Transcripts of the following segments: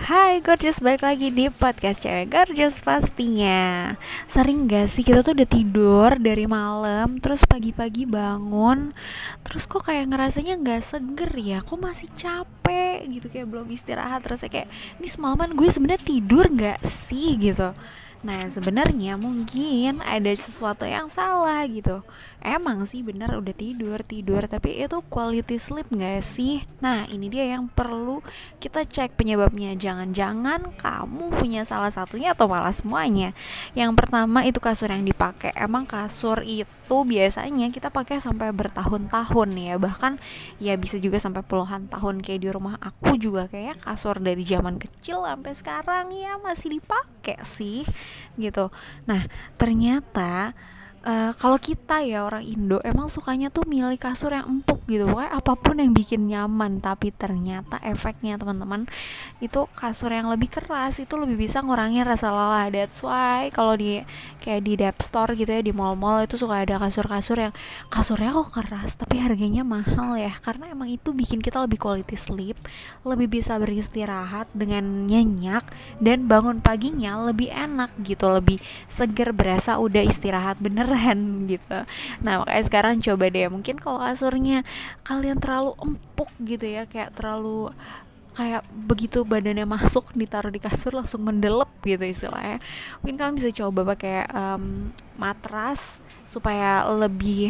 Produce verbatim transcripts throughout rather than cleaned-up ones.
Hai Gorgeous, balik lagi di podcast Cewek Gorgeous pastinya. Sering gak sih kita tuh udah tidur dari malam, terus pagi-pagi bangun, terus kok kayak ngerasanya gak seger ya, kok masih capek gitu, kayak belum istirahat. Terus kayak, ini semalaman gue sebenarnya tidur gak sih gitu. Nah sebenarnya mungkin ada sesuatu yang salah gitu. Emang sih bener udah tidur tidur tapi itu quality sleep nggak sih? Nah ini dia yang perlu kita cek penyebabnya. Jangan-jangan kamu punya salah satunya atau malah semuanya. Yang pertama itu kasur yang dipakai. Emang kasur itu biasanya kita pakai sampai bertahun-tahun ya, bahkan ya bisa juga sampai puluhan tahun. Kayak di rumah aku juga kayak kasur dari zaman kecil sampai sekarang ya masih dipakai sih gitu. Nah ternyata Uh, kalau kita ya orang Indo emang sukanya tuh milih kasur yang empuk gitu, pokoknya apapun yang bikin nyaman. Tapi ternyata efeknya teman-teman, itu kasur yang lebih keras itu lebih bisa ngurangin rasa lelah. That's why kalau di kayak di Dep Store gitu ya, di mall-mall itu suka ada kasur-kasur yang kasurnya kok keras tapi harganya mahal ya, karena emang itu bikin kita lebih quality sleep, lebih bisa beristirahat dengan nyenyak, dan bangun paginya lebih enak gitu, lebih seger, berasa udah istirahat beneran gitu. Nah makanya sekarang coba deh, mungkin kalau kasurnya kalian terlalu empuk gitu ya, kayak terlalu kayak begitu badannya masuk ditaruh di kasur langsung mendelep gitu istilahnya, mungkin kalian bisa coba pakai um, matras supaya lebih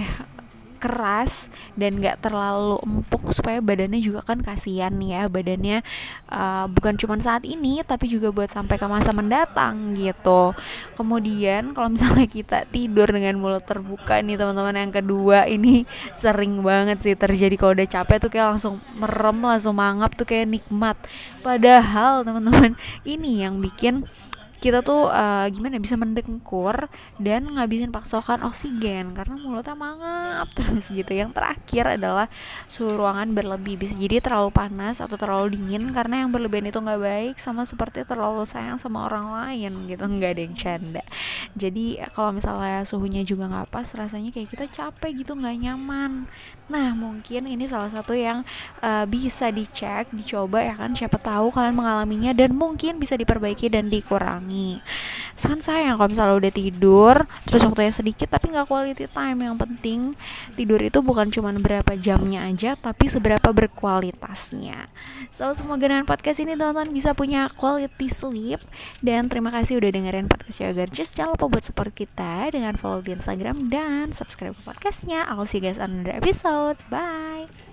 keras dan gak terlalu empuk, supaya badannya juga kan kasihan ya, badannya uh, bukan cuma saat ini tapi juga buat sampai ke masa mendatang gitu. Kemudian kalau misalnya kita tidur dengan mulut terbuka nih teman-teman, yang kedua ini sering banget sih terjadi. Kalau udah capek tuh kayak langsung merem, langsung mangap tuh kayak nikmat, padahal teman-teman ini yang bikin kita tuh uh, gimana bisa mendengkur dan ngabisin pasokan oksigen karena mulutnya mangap terus gitu. Yang terakhir adalah suhu ruangan berlebih, bisa jadi terlalu panas atau terlalu dingin, karena yang berlebihan itu nggak baik, sama seperti terlalu sayang sama orang lain gitu, nggak ada yang canda. Jadi kalau misalnya suhunya juga nggak pas, rasanya kayak kita capek gitu, nggak nyaman. Nah mungkin ini salah satu yang uh, bisa dicek, dicoba ya kan, siapa tahu kalian mengalaminya dan mungkin bisa diperbaiki dan dikurangi. Kan sayang kalau misalnya udah tidur terus waktunya sedikit tapi nggak quality time. Yang penting tidur itu bukan cuma berapa jamnya aja, tapi seberapa berkualitasnya. So semoga dengan podcast ini teman-teman bisa punya quality sleep, dan terima kasih udah dengerin podcast Cewek Gorgeous. Jangan lupa buat support kita dengan follow di Instagram dan subscribe ke podcastnya. I'll see you guys on another episode. Bye.